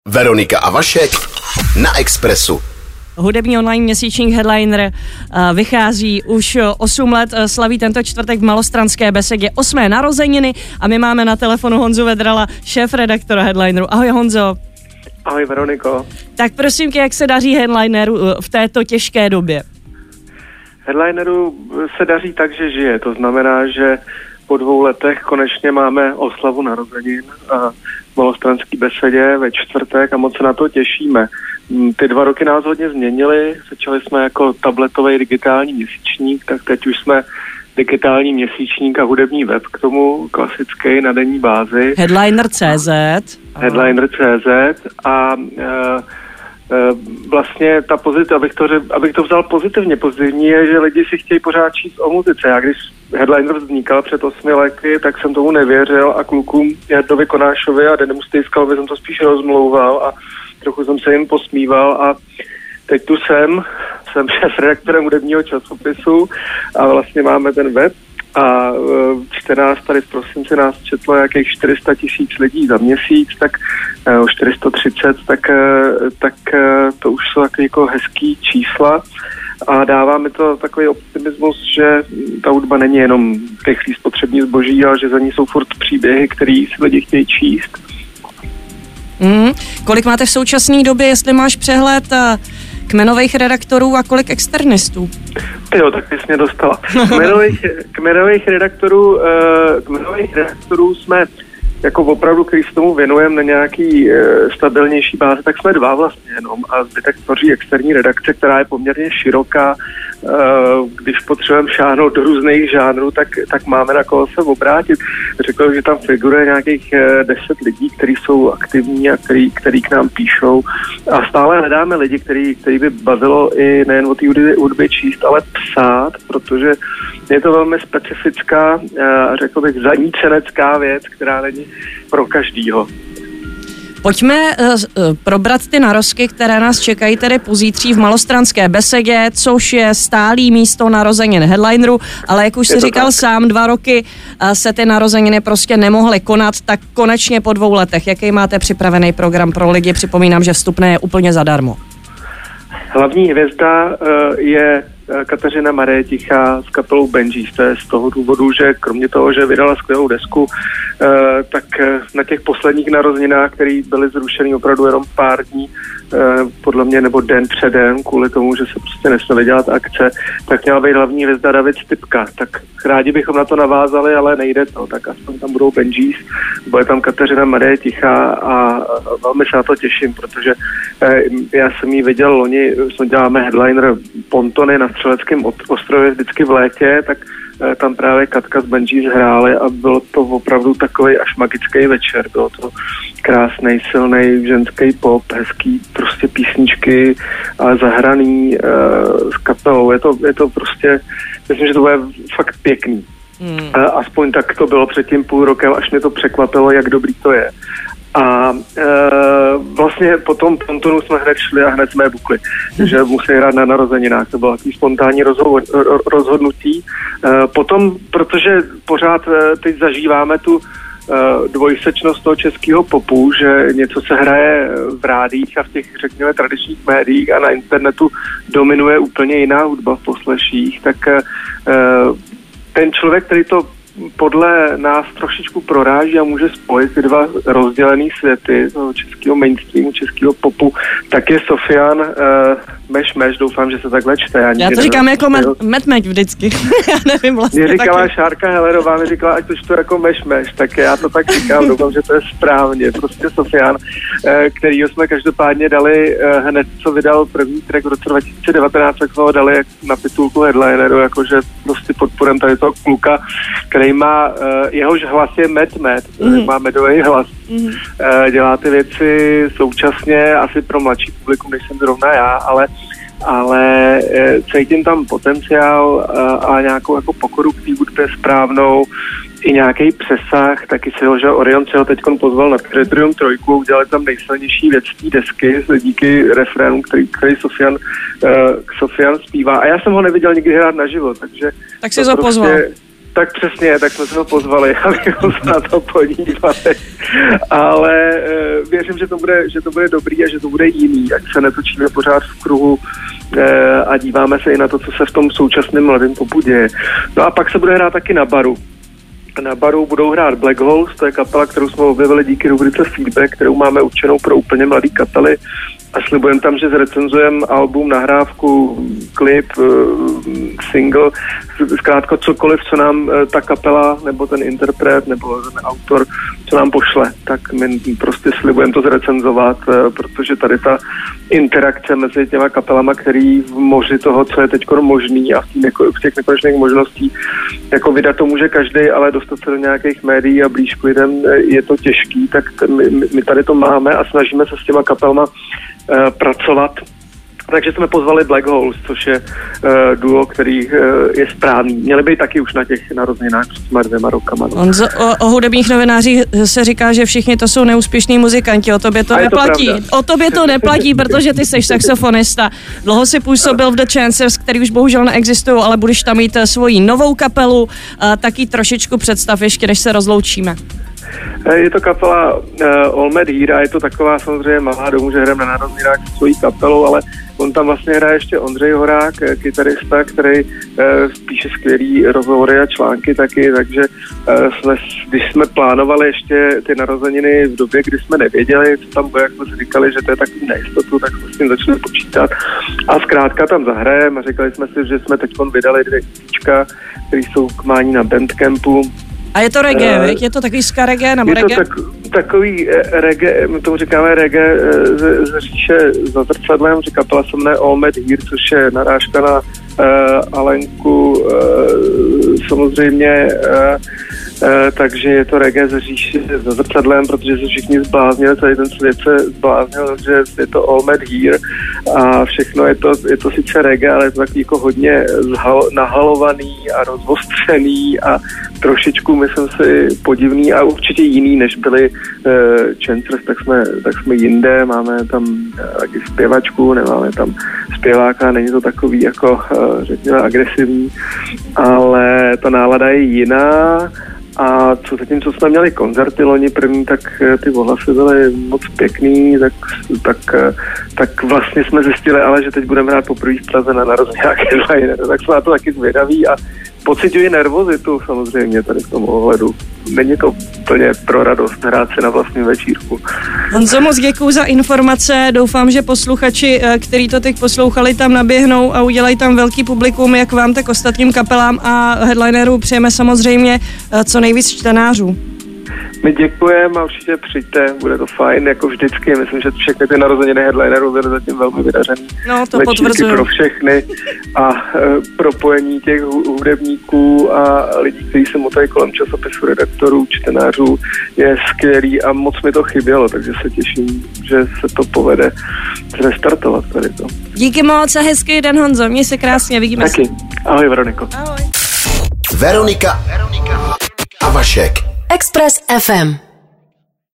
Veronika a Vašek na Expressu. Hudební online měsíčník Headliner vychází už 8 let, slaví tento čtvrtek v Malostranské besedě 8. narozeniny a my máme na telefonu Honzu Vedrala, šéf-redaktora Headlineru. Ahoj Honzo. Ahoj Veroniko. Tak prosím tě, jak se daří Headlineru v této těžké době? Headlineru se daří tak, že žije. To znamená, že po 2 letech konečně máme oslavu narozenin v Malostranské besedě ve čtvrtek a moc se na to těšíme. Ty 2 roky nás hodně změnily, začali jsme jako tabletový digitální měsíčník, tak teď už jsme digitální měsíčník a hudební web k tomu, klasický na denní bázi. Headliner.cz Headliner.cz a vlastně ta abych to vzal pozitivní je, že lidi si chtějí pořád číst o muzice. Já když Headliner vznikal před 8 lety, tak jsem tomu nevěřil a klukům Jardovi Konášovi a Danimu Stejskalovi jsem to spíš rozmlouval a trochu jsem se jim posmíval a teď tu jsem šéf-redaktorem hudebního časopisu a vlastně máme ten web a 14 tady v prosinci nás četlo nějakých 400 000 lidí za měsíc, tak 430, tak to už jsou takový jako hezký čísla a dává mi to takový optimismus, že ta hudba není jenom rychlý spotřební zboží, ale že za ní jsou furt příběhy, který si lidi chtějí číst. Kolik máte v současné době, jestli máš přehled kmenových redaktorů a kolik externistů? Jo, tak jsi mě dostala. Kmenových redaktorů jsme jako opravdu, když se tomu věnujeme na nějaký stabilnější bázi, tak jsme 2 vlastně jenom a zbytek tvoří externí redakce, která je poměrně široká. Když potřebujeme šáhnout do různých žánrů, tak máme na koho se obrátit. Řekl bych, že tam figuruje nějakých 10 lidí, kteří jsou aktivní a který k nám píšou. A stále hledáme lidi, který by bavilo i nejen o té hudbě číst, ale psát, protože je to velmi specifická, řekl bych, zanícenecká věc, která není pro každýho. Pojďme probrat ty narozky, které nás čekají tedy pozítří v Malostranské besedě, což je stálý místo narozenin Headlineru, ale jak už jsi říkal sám, 2 roky se ty narozeniny prostě nemohly konat, tak konečně po 2 letech. Jaký máte připravený program pro lidi? Připomínám, že vstupné je úplně zadarmo. Hlavní hvězda je Kateřina Marie Tichá s kapelou Benjis. To je z toho důvodu, že kromě toho, že vydala skvělou desku, tak na těch posledních narozeninách, které byly zrušeny opravdu jenom pár dní, podle mě, nebo den předem, kvůli tomu, že se prostě nesměly dělat akce, tak měla být hlavní hvězda David Stypka. Tak rádi bychom na to navázali, ale nejde to, tak aspoň tam budou Benjis, bude tam Kateřina Marie Tichá a velmi se na to těším, protože já jsem jí viděl loni, děláme Headliner Pontony na Střeleckém ostrově vždycky v létě, tak tam právě Katka s Benjis hráli a bylo to opravdu takový až magický večer. Bylo to krásný, silný ženský pop, hezký prostě písničky a zahraný s kapelou. Je to prostě, myslím, že to bude fakt pěkný. Aspoň tak to bylo před tím 0,5 rokem, až mě to překvapilo, jak dobrý to je. A vlastně po tom Pontonu jsme hned šli a hned jsme je bukli, že musí hrát na narozeninách. To bylo takový spontánní rozhodnutí. Potom, protože pořád teď zažíváme tu dvojsečnost toho českého popu, že něco se hraje v rádiích a v těch, řekněme, tradičních médiích a na internetu dominuje úplně jiná hudba v posleších, tak ten člověk, který to podle nás trošičku proráží a může spojit ty 2 rozdělený světy toho českého mainstreamu, českého popu, tak je Sofian Meš, doufám, že se takhle čte. Já to říkám jako Metmeď vždycky. Já nevím vlastně. Mě říkala Šárka Hellerová, mi říkala, ať to čtu jako Meš, tak já to tak říkám, doufám, že to je správně. Prostě Sofian, kterýho jsme každopádně dali hned, co vydal první track v roce 2019, tak jsme ho dali na titulku Headlineru, jakože prostě podporem tady toho kluka, který má, jehož hlas je Met, má medový hlas. Dělá ty věci současně, asi pro mladší publikum, než jsem zrovna já, ale cítím tam potenciál a nějakou jako pokoru k té hudbě správnou, i nějaký přesah, taky si ho, že Orion se ho teďkon pozval na Teritorium 3, udělali tam nejsilnější věc té desky díky refrénu, který Sofian zpívá. A já jsem ho neviděl nikdy hrát naživo, takže... Tak si ho pozval. Tak přesně, tak jsme se ho pozvali, abychom se na to podívali. Ale věřím, že to bude dobrý a že to bude jiný, ať se netočíme pořád v kruhu a díváme se i na to, co se v tom současném mladém popu děje. No a pak se bude hrát taky na baru. Na baru budou hrát Black Holes, to je kapela, kterou jsme objevili díky rubrice Feedback, kterou máme určenou pro úplně mladý kapely. A slibujeme tam, že zrecenzujeme album, nahrávku, klip, single, zkrátka cokoliv, co nám ta kapela, nebo ten interpret, nebo ten autor, co nám pošle. Tak my prostě slibujeme to zrecenzovat, protože tady ta interakce mezi těma kapelama, který v moři toho, co je teď možný a v těch nekonečných možností, jako vydat to může každý, ale dostat se do nějakých médií a blíž k lidem je to těžký, tak my tady to máme a snažíme se s těma kapelama pracovat. Takže jsme pozvali Black Holes, což je duo, který je správný. Měli by taky už na těch narozeninách před těma 2 rokama. No. O hudebních novinářích se říká, že všichni to jsou neúspěšní muzikanti, o tobě to neplatí. O tobě to neplatí, protože ty jsi saxofonista. Dlouho si působil v The Chancers, který už bohužel neexistují, ale budeš tam mít svoji novou kapelu, taky trošičku představ ještě, než se rozloučíme. Je to kapela All Mad Here a je to taková samozřejmě malá domů, že hrajeme na narozeninách svojí kapelou, ale on tam vlastně hraje ještě Ondřej Horák, kytarista, který píše skvělý rozhovory a články taky, takže když jsme plánovali ještě ty narozeniny v době, kdy jsme nevěděli, co tam bude, jak jsme si říkali, že to je takový nejistotu, tak jsme s tím začali počítat a zkrátka tam zahrajeme a říkali jsme si, že jsme teď vydali 2 kníčka, které jsou k mání na Bandcampu. A je to reggae, je to takový ska reggae nebo reggae? Je to takový reggae, my tomu říkáme reggae z říše za zrcadlem, že kapela se jmenuje All Mad Here, což je narážka na Alenku samozřejmě, takže je to reggae ze říše za zrcadlem, protože se všichni zbláznili, celý ten svět se zbláznil, že je to All Mad Here a všechno je to sice reggae, ale je to takový jako hodně nahalovaný a rozvostřený a trošičku, myslím si, podivný a určitě jiný, než byli Chancers, tak jsme jinde, máme tam taky zpěvačku, nemáme tam zpěváka, není to takový jako, řekněme, agresivní, ale ta nálada je jiná. A zatímco jsme měli koncerty loni první, tak ty ohlasy byly moc pěkný, tak vlastně jsme zjistili, ale že teď budeme hrát poprvé v Praze na narozeninách headliner, tak jsme na to taky zvědaví a pociťuji nervozitu samozřejmě tady v tom ohledu. Není to úplně pro radost hrát si na vlastním večírku. Honzo, moc děkuju za informace. Doufám, že posluchači, kteří to teď poslouchali, tam naběhnou a udělají tam velký publikum, jak vám, tak ostatním kapelám a headlinerů přejeme samozřejmě co nejvíc čtenářů. My děkujeme a určitě přijďte, bude to fajn, jako vždycky. Myslím, že všechny ty narozeniny headlinerů byly zatím velmi vydařený. No, to potvrzuju. Pro všechny a propojení těch hudebníků a lidí, kteří se motají kolem časopisu, redaktorů, čtenářů, je skvělý a moc mi to chybělo, takže se těším, že se to povede restartovat tady to. Díky moc a hezký den, Honzo, měj se krásně, vidíme taky. Se. Ahoj, Veroniko. Ahoj. Veronika a Vašek. Express FM.